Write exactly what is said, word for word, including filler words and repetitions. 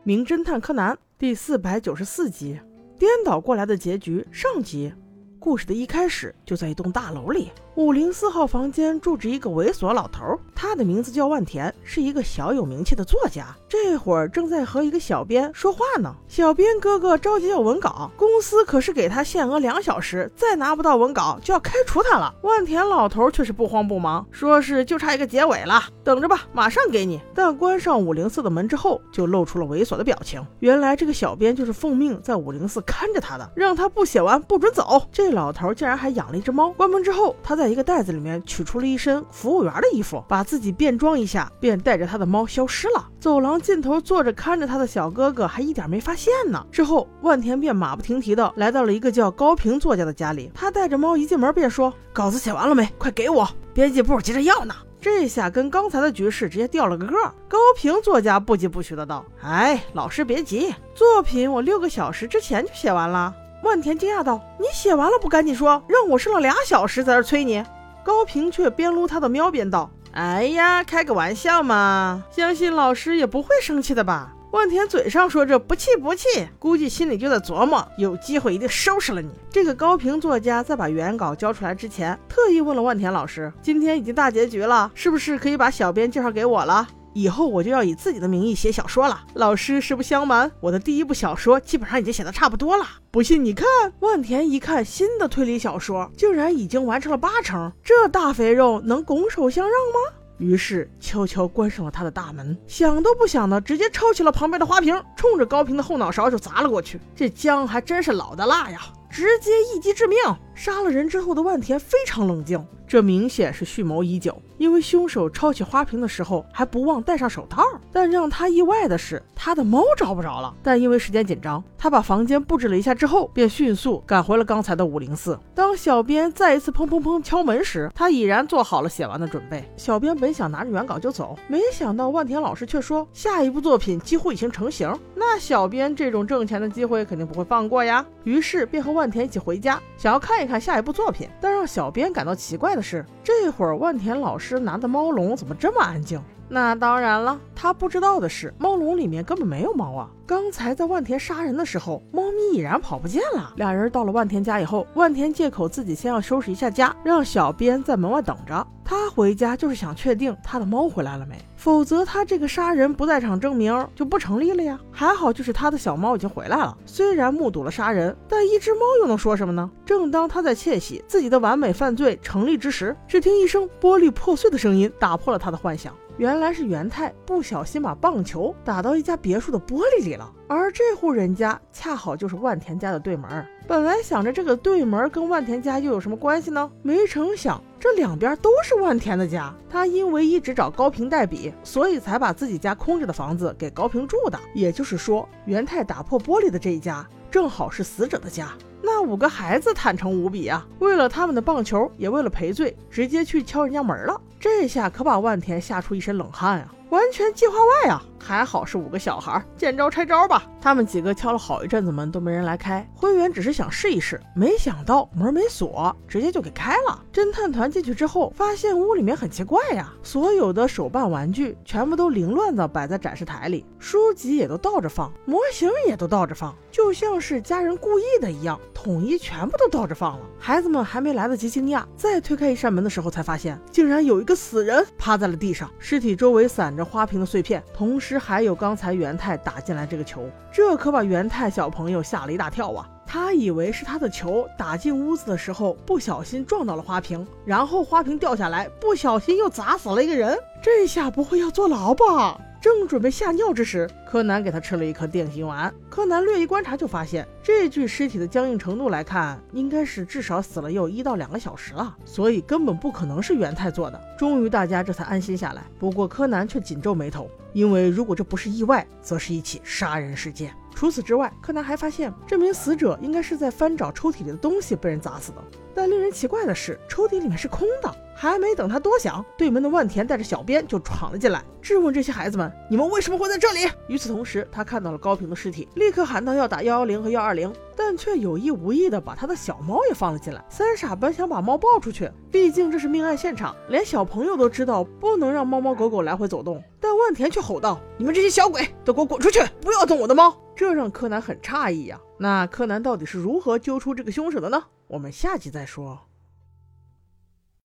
名侦探柯南》第四百九十四集，颠倒过来的结局上集。故事的一开始就在一栋大楼里，五零四号房间住着一个猥琐老头，他的名字叫万田，是一个小有名气的作家。这会儿正在和一个小编说话呢，小编哥哥着急要文稿，公司可是给他限额两小时，再拿不到文稿就要开除他了。万田老头却是不慌不忙，说是就差一个结尾了，等着吧，马上给你。但关上五零四的门之后，就露出了猥琐的表情。原来这个小编就是奉命在五零四看着他的，让他不写完不准走。这老头竟然还养了一只猫。关门之后，他在一个袋子里面取出了一身服务员的衣服，把自己变装一下，便带着他的猫消失了。走廊尽头坐着看着他的小哥哥还一点没发现呢。之后万田便马不停蹄的来到了一个叫高平作家的家里，他带着猫一进门便说：稿子写完了没？快给我，编辑部急着要呢。这下跟刚才的局势直接掉了个个。高平作家不疾不徐的道：哎，老师别急，作品我六个小时之前就写完了。万田惊讶道：你写完了不赶紧说，让我剩了俩小时在这催你。高平却边撸他的喵边道：哎呀，开个玩笑嘛，相信老师也不会生气的吧。万田嘴上说着不气不气，估计心里就在琢磨，有机会一定收拾了你。这个高平作家在把原稿交出来之前，特意问了万田老师，今天已经大结局了，是不是可以把小编介绍给我了？以后我就要以自己的名义写小说了。老师实不相瞒，我的第一部小说基本上已经写得差不多了，不信你看。万田一看新的推理小说竟然已经完成了八成，这大肥肉能拱手相让吗？于是悄悄关上了他的大门，想都不想的直接抄起了旁边的花瓶，冲着高平的后脑勺就砸了过去。这姜还真是老的辣呀，直接一击致命。杀了人之后的万田非常冷静，这明显是蓄谋已久，因为凶手抄起花瓶的时候还不忘戴上手套。但让他意外的是，他的猫找不着了。但因为时间紧张，他把房间布置了一下之后，便迅速赶回了刚才的五零四。当小编再一次砰砰砰敲门时，他已然做好了写完的准备。小编本想拿着原稿就走，没想到万田老师却说下一部作品几乎已经成型，那小编这种挣钱的机会肯定不会放过呀。于是便和万田一起回家，想要看一看下一部作品。但让小编感到奇怪的是，这会儿万田老师拿的猫笼怎么这么安静？那当然了，他不知道的是，猫笼里面根本没有猫啊。刚才在万田杀人的时候，猫咪已然跑不见了。俩人到了万田家以后，万田借口自己先要收拾一下家，让小编在门外等着。他回家就是想确定他的猫回来了没，否则他这个杀人不在场证明就不成立了呀。还好就是他的小猫已经回来了，虽然目睹了杀人，但一只猫又能说什么呢？正当他在窃喜自己的完美犯罪成立之时，只听一声玻璃破碎的声音打破了他的幻想。原来是元太不小心把棒球打到一家别墅的玻璃里了，而这户人家恰好就是万田家的对门。本来想着这个对门跟万田家又有什么关系呢？没成想这两边都是万田的家。他因为一直找高平代笔，所以才把自己家空着的房子给高平住的。也就是说，元太打破玻璃的这一家正好是死者的家。那五个孩子坦诚无比啊，为了他们的棒球，也为了赔罪，直接去敲人家门了。这下可把万田吓出一身冷汗啊，完全计划外啊。还好是五个小孩，见招拆招吧。他们几个敲了好一阵子门都没人来开，灰原只是想试一试，没想到门没锁，直接就给开了。侦探团进去之后，发现屋里面很奇怪呀，所有的手办玩具全部都凌乱的摆在展示台里，书籍也都倒着放，模型也都倒着放，就像是家人故意的一样，统一全部都倒着放了。孩子们还没来得及惊讶，再推开一扇门的时候才发现，竟然有一个死人趴在了地上，尸体周围散着花瓶的碎片，同时还有刚才元太打进来这个球。这可把元太小朋友吓了一大跳啊，他以为是他的球打进屋子的时候不小心撞到了花瓶，然后花瓶掉下来，不小心又砸死了一个人，这下不会要坐牢吧？正准备吓尿之时，柯南给他吃了一颗定心丸。柯南略一观察就发现，这具尸体的僵硬程度来看，应该是至少死了有一到两个小时了，所以根本不可能是元太做的。终于大家这才安心下来。不过柯南却紧皱眉头，因为如果这不是意外，则是一起杀人事件。除此之外，柯南还发现这名死者应该是在翻找抽屉里的东西被人砸死的。但令人奇怪的是，抽屉里面是空的， 还没等他多想，对门的万田带着小编就闯了进来，质问这些孩子们：你们为什么会在这里？与此同时，他看到了高平的尸体，立刻喊道要打一一零和一二零，但却有意无意的把他的小猫也放了进来。三傻本想把猫抱出去，毕竟这是命案现场，连小朋友都知道不能让猫猫狗狗来回走动，但万田却吼道：你们这些小鬼都给我滚出去，不要动我的猫！这让柯南很诧异呀、啊。那柯南到底是如何揪出这个凶手的呢？我们下集再说。